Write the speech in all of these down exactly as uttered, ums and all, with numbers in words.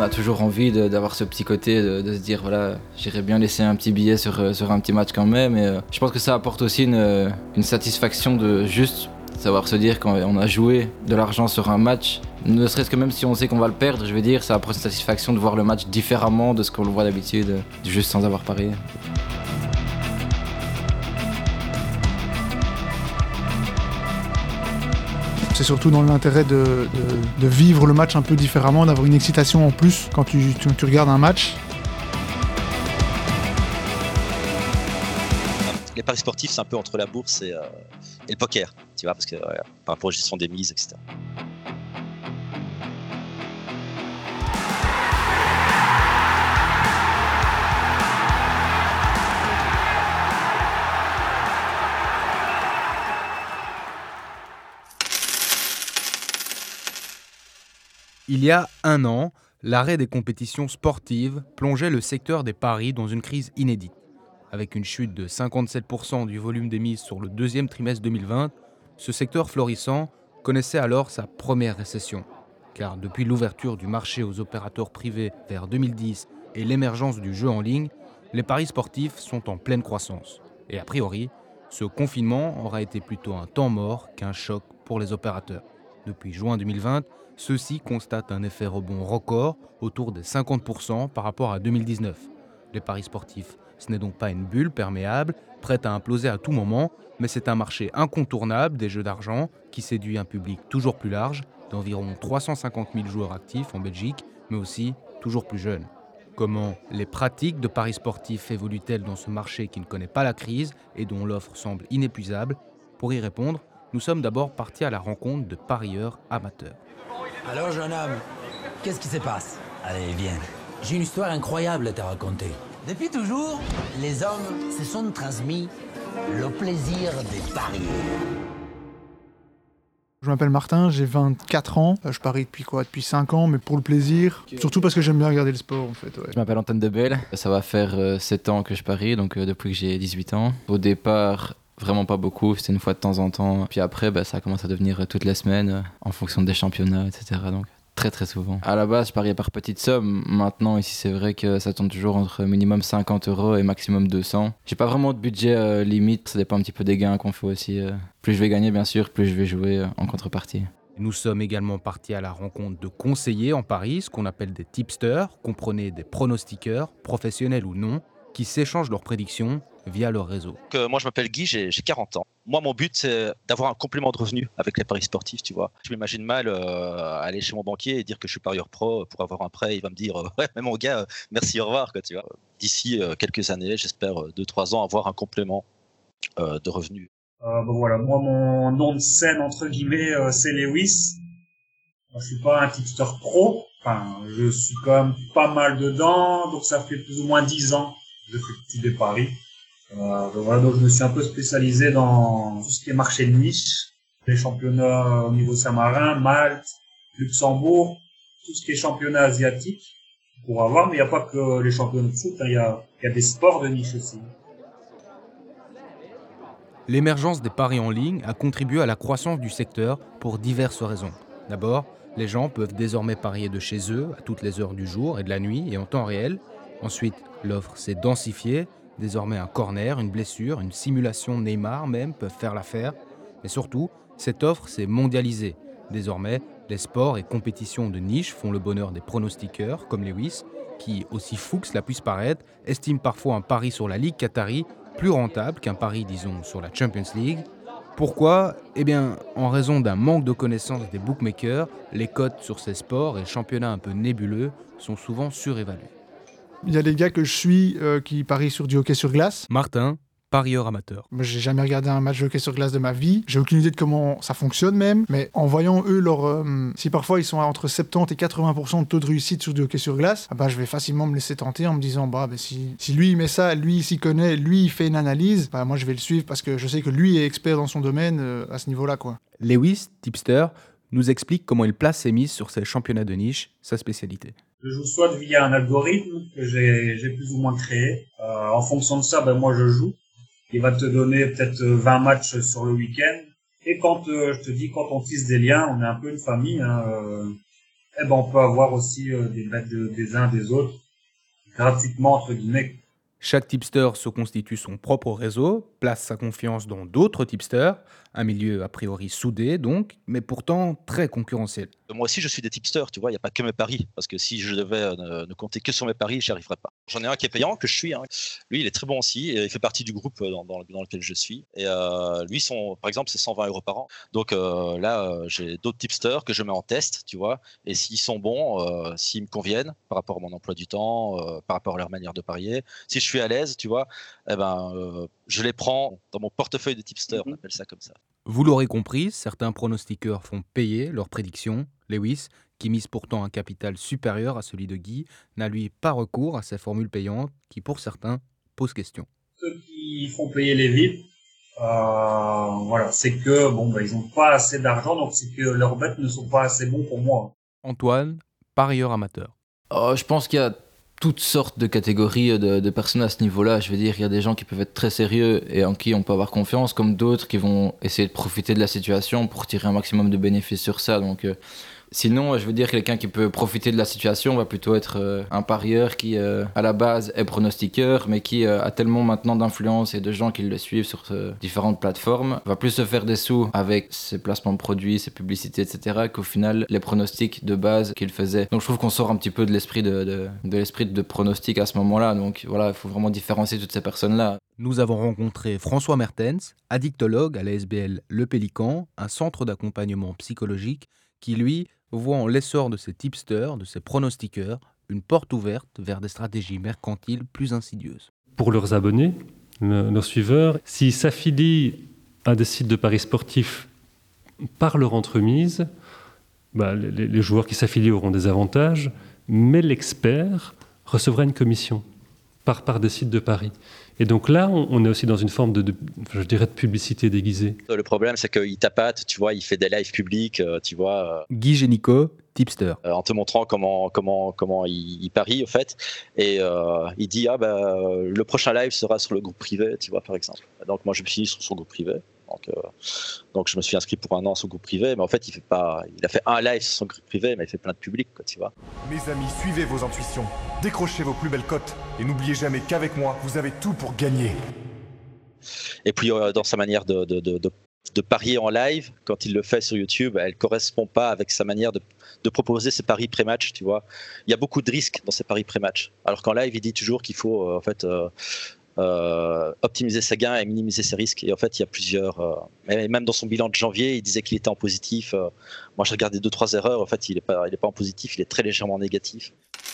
a toujours envie de, d'avoir ce petit côté, de, de se dire voilà, j'irais bien laisser un petit billet sur, sur un petit match quand même. Et euh, je pense que ça apporte aussi une, une satisfaction de juste savoir se dire quand on a joué de l'argent sur un match, ne serait-ce que même si on sait qu'on va le perdre, je veux dire, ça apporte une satisfaction de voir le match différemment de ce qu'on le voit d'habitude, juste sans avoir parié. C'est surtout dans l'intérêt de, de, de vivre le match un peu différemment, d'avoir une excitation en plus quand tu, tu, tu regardes un match. Les paris sportifs, c'est un peu entre la bourse et, euh, et le poker, tu vois, parce que ouais, par rapport aux gestion des mises, et cetera. Il y a un an, l'arrêt des compétitions sportives plongeait le secteur des paris dans une crise inédite. Avec une chute de cinquante-sept pour cent du volume des mises sur le deuxième trimestre deux mille vingt, ce secteur florissant connaissait alors sa première récession. Car depuis l'ouverture du marché aux opérateurs privés vers deux mille dix et l'émergence du jeu en ligne, les paris sportifs sont en pleine croissance. Et a priori, ce confinement aura été plutôt un temps mort qu'un choc pour les opérateurs. Depuis juin deux mille vingt, ceux-ci constatent un effet rebond record autour des cinquante pour cent par rapport à deux mille dix-neuf. Les paris sportifs, ce n'est donc pas une bulle perméable, prête à imploser à tout moment, mais c'est un marché incontournable des jeux d'argent qui séduit un public toujours plus large, d'environ trois cent cinquante mille joueurs actifs en Belgique, mais aussi toujours plus jeunes. Comment les pratiques de paris sportifs évoluent-elles dans ce marché qui ne connaît pas la crise et dont l'offre semble inépuisable? Pour y répondre, nous sommes d'abord partis à la rencontre de parieurs amateurs. Alors, jeune homme, qu'est-ce qui se passe? Allez, viens. J'ai une histoire incroyable à te raconter. Depuis toujours, les hommes se sont transmis le plaisir de parier. Je m'appelle Martin, j'ai vingt-quatre ans. Je parie depuis quoi? Depuis cinq ans, mais pour le plaisir. Surtout parce que j'aime bien regarder le sport, en fait. Ouais. Je m'appelle Antoine Debel. Ça va faire euh, sept ans que je parie, donc euh, depuis que j'ai dix-huit ans. Au départ, vraiment pas beaucoup, c'était une fois de temps en temps. Puis après, bah, ça commence à devenir euh, toutes les semaines, euh, en fonction des championnats, et cetera. Donc très très souvent. À la base, je pariais par petites sommes. Maintenant, ici, c'est vrai que ça tourne toujours entre minimum cinquante euros et maximum deux cents. J'ai pas vraiment de budget euh, limite, ça dépend un petit peu des gains qu'on fait aussi. Euh. Plus je vais gagner, bien sûr, plus je vais jouer euh, en contrepartie. Nous sommes également partis à la rencontre de conseillers en paris, ce qu'on appelle des tipsters, comprenez des pronostiqueurs, professionnels ou non, qui s'échangent leurs prédictions via leur réseau. Euh, moi, je m'appelle Guy, j'ai, j'ai quarante ans. Moi, mon but, c'est d'avoir un complément de revenu avec les paris sportifs, tu vois. Je m'imagine mal euh, aller chez mon banquier et dire que je suis parieur pro pour avoir un prêt. Il va me dire euh, « Ouais, mais mon gars, euh, merci, au revoir. » quoi, tu vois. D'ici euh, quelques années, j'espère deux à trois ans, avoir un complément euh, de revenu. Euh, bon, voilà, moi, mon nom de scène, entre guillemets, euh, c'est Lewis. Moi, je suis pas un tipster pro. Enfin, je suis quand même pas mal dedans. Donc, ça fait plus ou moins dix ans que je fais des paris. Euh, donc voilà, donc je me suis un peu spécialisé dans tout ce qui est marché de niche, les championnats au niveau Saint-Marin, Malte, Luxembourg, tout ce qui est championnat asiatique pour avoir, mais il n'y a pas que les championnats de foot, il hein, y, a, y a des sports de niche aussi. L'émergence des paris en ligne a contribué à la croissance du secteur pour diverses raisons. D'abord, les gens peuvent désormais parier de chez eux à toutes les heures du jour et de la nuit et en temps réel. Ensuite, l'offre s'est densifiée. Désormais, un corner, une blessure, une simulation Neymar même peuvent faire l'affaire. Mais surtout, cette offre s'est mondialisée. Désormais, les sports et compétitions de niche font le bonheur des pronostiqueurs, comme Lewis, qui, aussi fou que cela puisse paraître, estime parfois un pari sur la Ligue Qatari plus rentable qu'un pari, disons, sur la Champions League. Pourquoi ? Eh bien, en raison d'un manque de connaissance des bookmakers, les cotes sur ces sports et championnats un peu nébuleux sont souvent surévalués. Il y a des gars que je suis euh, qui parient sur du hockey sur glace. Martin, parieur amateur. Moi, j'ai jamais regardé un match de hockey sur glace de ma vie. J'ai aucune idée de comment ça fonctionne même. Mais en voyant eux, leur, euh, si parfois ils sont à entre soixante-dix et quatre-vingts pour cent de taux de réussite sur du hockey sur glace, ah bah, je vais facilement me laisser tenter en me disant bah, bah si, si lui il met ça, lui il s'y connaît, lui il fait une analyse, bah, moi je vais le suivre parce que je sais que lui est expert dans son domaine euh, à ce niveau-là, quoi. Lewis, tipster, nous explique comment il place ses mises sur ces championnats de niche, sa spécialité. Je joue soit via un algorithme que j'ai, j'ai plus ou moins créé. Euh, en fonction de ça, ben moi je joue. Il va te donner peut-être vingt matchs sur le week-end. Et quand euh, je te dis, quand on tisse des liens, on est un peu une famille. Hein, euh, eh ben, on peut avoir aussi euh, des bêtes de, des uns des autres gratuitement, entre guillemets. Chaque tipster se constitue son propre réseau, place sa confiance dans d'autres tipsters, un milieu a priori soudé donc, mais pourtant très concurrentiel. Moi aussi, je suis des tipsters, tu vois, il n'y a pas que mes paris. Parce que si je devais euh, ne, ne compter que sur mes paris, je n'y arriverais pas. J'en ai un qui est payant, que je suis. Hein. Lui, il est très bon aussi. Et il fait partie du groupe dans, dans, dans lequel je suis. Et euh, lui, son, par exemple, c'est cent vingt euros par an. Donc euh, là, euh, j'ai d'autres tipsters que je mets en test, tu vois. Et s'ils sont bons, euh, s'ils me conviennent par rapport à mon emploi du temps, euh, par rapport à leur manière de parier, si je suis à l'aise, tu vois, eh ben, euh, je les prends dans mon portefeuille de tipster, mm-hmm. On appelle ça comme ça. Vous l'aurez compris, certains pronostiqueurs font payer leurs prédictions. Lewis, qui mise pourtant un capital supérieur à celui de Guy, n'a lui pas recours à ces formules payantes qui, pour certains, posent question. Ceux qui font payer les V I P, euh, voilà, c'est que bon, bah, ils n'ont pas assez d'argent, donc c'est que leurs bêtes ne sont pas assez bons pour moi. Antoine, parieur amateur. Oh, je pense qu'il y a toutes sortes de catégories de, de personnes à ce niveau-là. Je veux dire, il y a des gens qui peuvent être très sérieux et en qui on peut avoir confiance, comme d'autres qui vont essayer de profiter de la situation pour tirer un maximum de bénéfices sur ça. Donc, euh, sinon, je veux dire, quelqu'un qui peut profiter de la situation va plutôt être euh, un parieur qui, euh, à la base, est pronostiqueur, mais qui euh, a tellement maintenant d'influence et de gens qui le suivent sur euh, différentes plateformes, va plus se faire des sous avec ses placements de produits, ses publicités, et cetera, qu'au final, les pronostics de base qu'il faisait. Donc, je trouve qu'on sort un petit peu de l'esprit de, de, de l'esprit de pronostic à ce moment-là. Donc, voilà, il faut vraiment différencier toutes ces personnes-là. Nous avons rencontré François Mertens, addictologue à l'A S B L Le Pélican, un centre d'accompagnement psychologique qui, lui, voit en l'essor de ces tipsters, de ces pronostiqueurs, une porte ouverte vers des stratégies mercantiles plus insidieuses. Pour leurs abonnés, le, leurs suiveurs, s'ils s'affilient à des sites de paris sportifs par leur entremise, bah, les, les joueurs qui s'affilient auront des avantages, mais l'expert recevra une commission par, par des sites de paris. Et donc là, on, on est aussi dans une forme de, de, je dirais, de publicité déguisée. Le problème, c'est qu'il tapate, tu vois, il fait des lives publics, tu vois. Euh, Guy Génico, tipster. Euh, en te montrant comment, comment, comment il, il parie, au fait. Et euh, il dit, ah bah, le prochain live sera sur le groupe privé, tu vois, par exemple. Donc moi, je me suis mis sur son groupe privé. Donc, euh, donc je me suis inscrit pour un an sur le groupe privé, mais en fait il fait pas, il a fait un live sur son groupe privé, mais il fait plein de public, quoi, tu vois. Mes amis, suivez vos intuitions, décrochez vos plus belles cotes et n'oubliez jamais qu'avec moi, vous avez tout pour gagner. Et puis euh, dans sa manière de, de, de, de, de parier en live, quand il le fait sur YouTube, elle correspond pas avec sa manière de, de proposer ses paris pré-match, tu vois. Il y a beaucoup de risques dans ses paris pré-match, alors qu'en live il dit toujours qu'il faut euh, en fait euh, Euh, optimiser ses gains et minimiser ses risques. Et en fait, il y a plusieurs. Euh, même dans son bilan de janvier, il disait qu'il était en positif. Euh, moi, j'ai regardé deux trois erreurs. En fait, il n'est pas, il est pas en positif. Il est très légèrement négatif.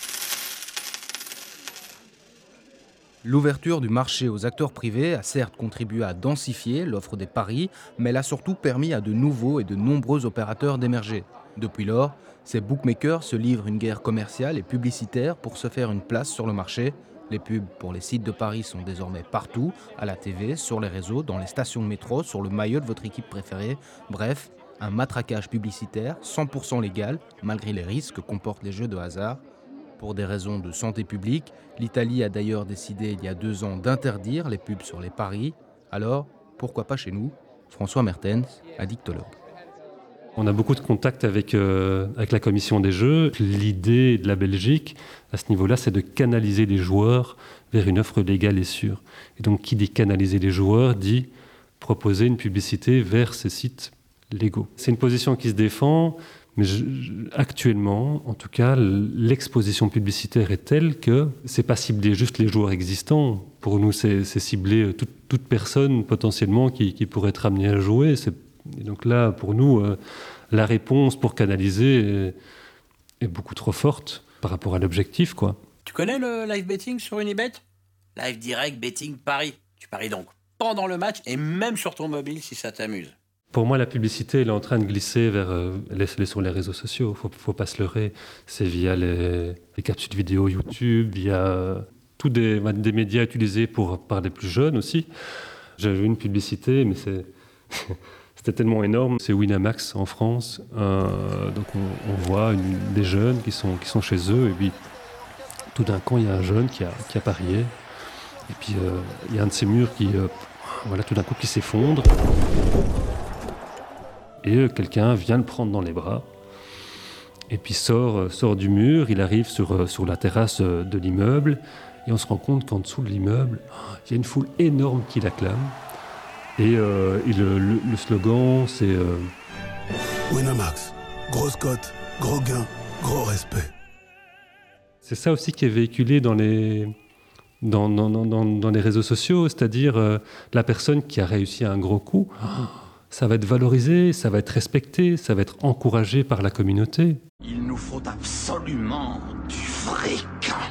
L'ouverture du marché aux acteurs privés a certes contribué à densifier l'offre des paris, mais elle a surtout permis à de nouveaux et de nombreux opérateurs d'émerger. Depuis lors, ces bookmakers se livrent une guerre commerciale et publicitaire pour se faire une place sur le marché. Les pubs pour les sites de paris sont désormais partout, à la T V, sur les réseaux, dans les stations de métro, sur le maillot de votre équipe préférée. Bref, un matraquage publicitaire cent pour cent légal, malgré les risques que comportent les jeux de hasard. Pour des raisons de santé publique, l'Italie a d'ailleurs décidé il y a deux ans d'interdire les pubs sur les paris. Alors, pourquoi pas chez nous ? François Mertens, addictologue. On a beaucoup de contacts avec, euh, avec la commission des jeux. L'idée de la Belgique, à ce niveau-là, c'est de canaliser les joueurs vers une offre légale et sûre. Et donc, qui dit canaliser les joueurs, dit proposer une publicité vers ces sites légaux. C'est une position qui se défend, mais je, je, actuellement, en tout cas, l'exposition publicitaire est telle que c'est pas ciblé juste les joueurs existants. Pour nous, c'est, c'est ciblé toute, toute personne potentiellement qui, qui pourrait être amenée à jouer. C'est Et donc là, pour nous, euh, la réponse pour canaliser est, est beaucoup trop forte par rapport à l'objectif, quoi. Tu connais le live betting sur Unibet ? Live direct betting Paris. Tu paries donc pendant le match et même sur ton mobile si ça t'amuse. Pour moi, la publicité, elle est en train de glisser vers... Euh, elle est sur les réseaux sociaux, il ne faut pas se leurrer. C'est via les, les capsules vidéo YouTube, via euh, tous des, des médias utilisés pour, par les plus jeunes aussi. J'ai vu une publicité, mais c'est... C'était tellement énorme. C'est Winamax en France. Euh, donc on, on voit une, des jeunes qui sont, qui sont chez eux. Et puis tout d'un coup, il y a un jeune qui a, qui a parié. Et puis euh, il y a un de ces murs qui, euh, voilà, tout d'un coup, qui s'effondre. Et euh, quelqu'un vient le prendre dans les bras. Et puis sort, sort du mur, il arrive sur, sur la terrasse de l'immeuble, et on se rend compte qu'en dessous de l'immeuble, il y a une foule énorme qui l'acclame. Et, euh, et le, le, le slogan, c'est... Euh... Winamax, grosse cote, gros gain, gros respect. C'est ça aussi qui est véhiculé dans les, dans, dans, dans, dans les réseaux sociaux, c'est-à-dire euh, la personne qui a réussi un gros coup, ça va être valorisé, ça va être respecté, ça va être encouragé par la communauté. Il nous faut absolument du fric.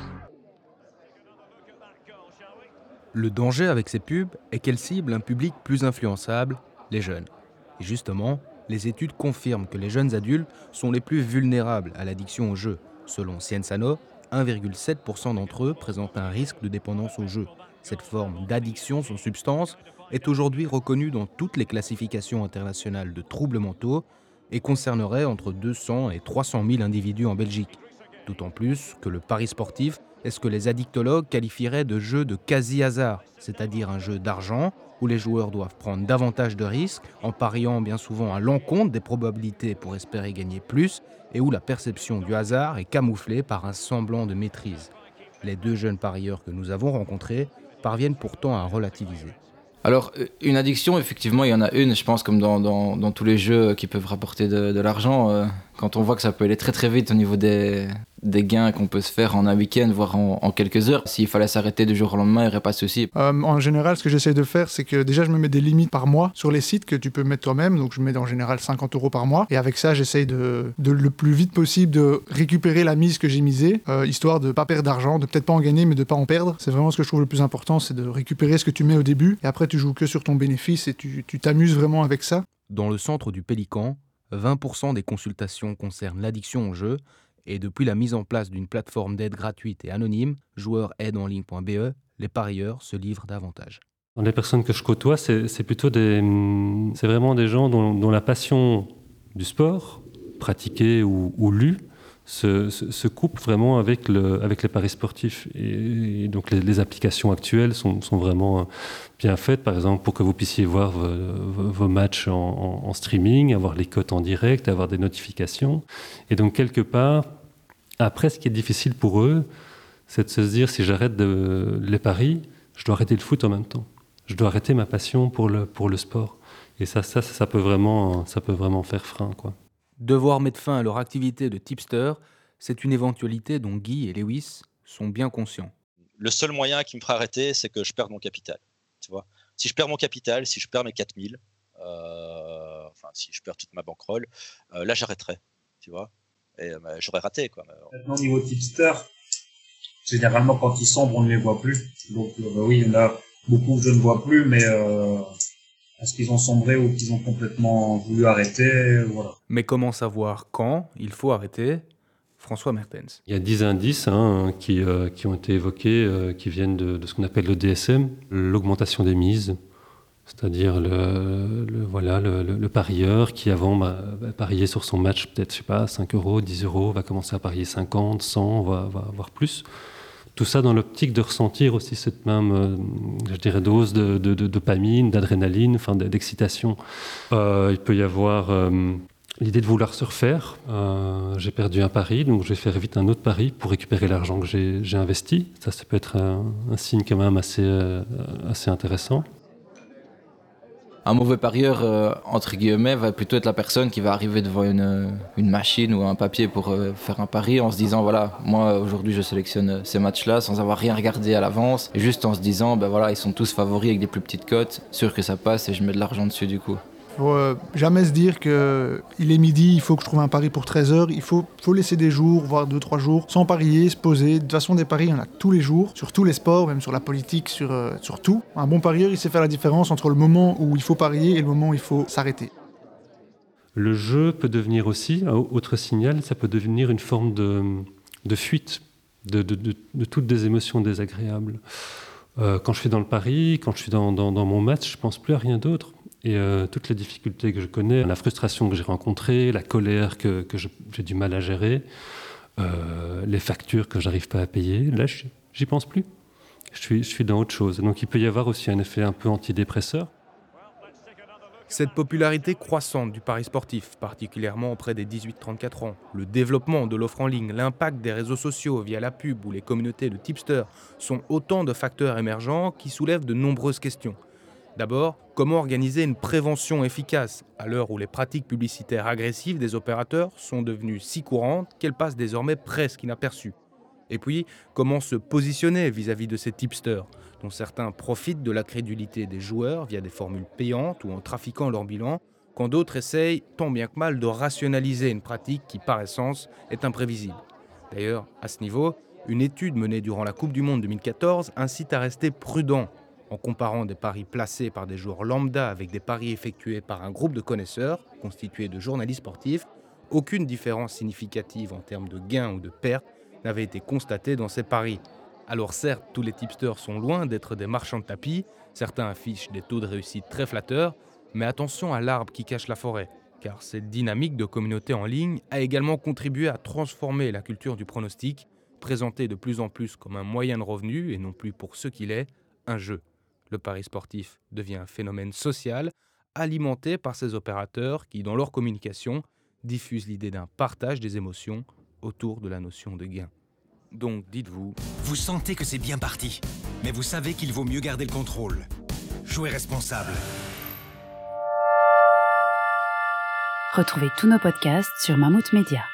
Le danger avec ces pubs est qu'elles ciblent un public plus influençable, les jeunes. Et justement, les études confirment que les jeunes adultes sont les plus vulnérables à l'addiction au jeu. Selon Cienzano, un virgule sept pour cent d'entre eux présentent un risque de dépendance au jeu. Cette forme d'addiction sans substance est aujourd'hui reconnue dans toutes les classifications internationales de troubles mentaux et concernerait entre deux cents et trois cent mille individus en Belgique. D'autant plus que le pari sportif est ce que les addictologues qualifieraient de jeu de quasi-hasard, c'est-à-dire un jeu d'argent où les joueurs doivent prendre davantage de risques en pariant bien souvent à l'encontre des probabilités pour espérer gagner plus et où la perception du hasard est camouflée par un semblant de maîtrise. Les deux jeunes parieurs que nous avons rencontrés parviennent pourtant à relativiser. Alors, une addiction, effectivement, il y en a une, je pense, comme dans, dans, dans tous les jeux qui peuvent rapporter de, de l'argent. Euh, quand on voit que ça peut aller très très vite au niveau des, des gains qu'on peut se faire en un week-end, voire en, en quelques heures, s'il fallait s'arrêter du jour au lendemain, il n'y aurait pas de souci. Euh, en général, ce que j'essaie de faire, c'est que déjà, je me mets des limites par mois sur les sites que tu peux mettre toi-même. Donc, je mets en général cinquante euros par mois. Et avec ça, j'essaye de, de le plus vite possible de récupérer la mise que j'ai misée, euh, histoire de ne pas perdre d'argent, de peut-être pas en gagner, mais de ne pas en perdre. C'est vraiment ce que je trouve le plus important, c'est de récupérer ce que tu mets au début. Et après, tu joues que sur ton bénéfice et tu, tu t'amuses vraiment avec ça. Dans le centre du Pélican, vingt pour cent des consultations concernent l'addiction au jeu et depuis la mise en place d'une plateforme d'aide gratuite et anonyme, joueurs aide en ligne point b e, les parieurs se livrent davantage. Dans les personnes que je côtoie, c'est, c'est plutôt des, c'est vraiment des gens dont, dont la passion du sport, pratiqué ou, ou lu, Se, se, se coupe vraiment avec, le, avec les paris sportifs. Et, et donc les, les applications actuelles sont, sont vraiment bien faites, par exemple, pour que vous puissiez voir vos, vos matchs en, en, en streaming, avoir les cotes en direct, avoir des notifications. Et donc, quelque part, après, ce qui est difficile pour eux, c'est de se dire, si j'arrête de, les paris, je dois arrêter le foot en même temps. Je dois arrêter ma passion pour le, pour le sport. Et ça, ça, ça, peut vraiment, ça peut vraiment faire frein, quoi. Devoir mettre fin à leur activité de tipster, c'est une éventualité dont Guy et Lewis sont bien conscients. Le seul moyen qui me fera arrêter, c'est que je perde mon capital. Tu vois, si je perds mon capital, si je perds mes quatre mille, euh, enfin, si je perds toute ma bankroll, euh, là, j'arrêterai. Tu vois, et bah, j'aurais raté, quoi. Maintenant, au niveau tipster, généralement, quand ils sombrent, on ne les voit plus. Donc, euh, bah oui, il y en a beaucoup que je ne vois plus, mais... Euh... Est-ce qu'ils ont sombré ou qu'ils ont complètement voulu arrêter, voilà. Mais comment savoir quand il faut arrêter ? François Mertens. Il y a dix indices hein, qui, euh, qui ont été évoqués, euh, qui viennent de, de ce qu'on appelle le D S M, l'augmentation des mises, c'est-à-dire le, le, voilà, le, le, le parieur qui avant bah, bah, pariait sur son match peut-être, je sais pas, cinq euros, dix euros, va commencer à parier cinquante, cent, va, va avoir plus. Tout ça dans l'optique de ressentir aussi cette même, euh, je dirais, dose de, de, de dopamine, d'adrénaline, enfin d'excitation. Euh, il peut y avoir euh, l'idée de vouloir se refaire. Euh, j'ai perdu un pari, donc je vais faire vite un autre pari pour récupérer l'argent que j'ai, j'ai investi. Ça, ça peut être un, un signe quand même assez, euh, assez intéressant. Un mauvais parieur, euh, entre guillemets, va plutôt être la personne qui va arriver devant une, une machine ou un papier pour euh, faire un pari en se disant, voilà, moi aujourd'hui je sélectionne ces matchs-là sans avoir rien regardé à l'avance, et juste en se disant, ben voilà, ils sont tous favoris avec des plus petites cotes, sûr que ça passe et je mets de l'argent dessus du coup. Il ne faut euh, jamais se dire qu'il est midi, il faut que je trouve un pari pour treize heures. Il faut, faut laisser des jours, voire deux trois jours, sans parier, se poser. De toute façon, des paris, il y en a tous les jours, sur tous les sports, même sur la politique, sur, euh, sur tout. Un bon parieur, il sait faire la différence entre le moment où il faut parier et le moment où il faut s'arrêter. Le jeu peut devenir aussi, un autre signal, ça peut devenir une forme de, de fuite de, de, de, de toutes des émotions désagréables. Euh, quand je suis dans le pari, quand je suis dans, dans, dans mon match, je ne pense plus à rien d'autre. Et euh, toutes les difficultés que je connais, la frustration que j'ai rencontrée, la colère que, que je, j'ai du mal à gérer, euh, les factures que je n'arrive pas à payer, là, je, j'y pense plus. Je suis, je suis dans autre chose. Donc il peut y avoir aussi un effet un peu antidépresseur. Cette popularité croissante du pari sportif, particulièrement auprès des dix-huit trente-quatre ans, le développement de l'offre en ligne, l'impact des réseaux sociaux via la pub ou les communautés de tipsters sont autant de facteurs émergents qui soulèvent de nombreuses questions. D'abord, comment organiser une prévention efficace à l'heure où les pratiques publicitaires agressives des opérateurs sont devenues si courantes qu'elles passent désormais presque inaperçues? Et puis, comment se positionner vis-à-vis de ces tipsters, dont certains profitent de la crédulité des joueurs via des formules payantes ou en trafiquant leur bilan, quand d'autres essayent tant bien que mal de rationaliser une pratique qui, par essence, est imprévisible. D'ailleurs, à ce niveau, une étude menée durant la Coupe du Monde deux mille quatorze incite à rester prudent en comparant des paris placés par des joueurs lambda avec des paris effectués par un groupe de connaisseurs, constitué de journalistes sportifs. Aucune différence significative en termes de gains ou de pertes n'avait été constatée dans ces paris. Alors certes, tous les tipsters sont loin d'être des marchands de tapis, certains affichent des taux de réussite très flatteurs, mais attention à l'arbre qui cache la forêt, car cette dynamique de communauté en ligne a également contribué à transformer la culture du pronostic, présentée de plus en plus comme un moyen de revenu et non plus pour ce qu'il est, un jeu. Le pari sportif devient un phénomène social, alimenté par ces opérateurs qui, dans leur communication, diffusent l'idée d'un partage des émotions autour de la notion de gain. Donc, dites-vous... Vous sentez que c'est bien parti, mais vous savez qu'il vaut mieux garder le contrôle. Jouez responsable. Retrouvez tous nos podcasts sur Mammouth Media.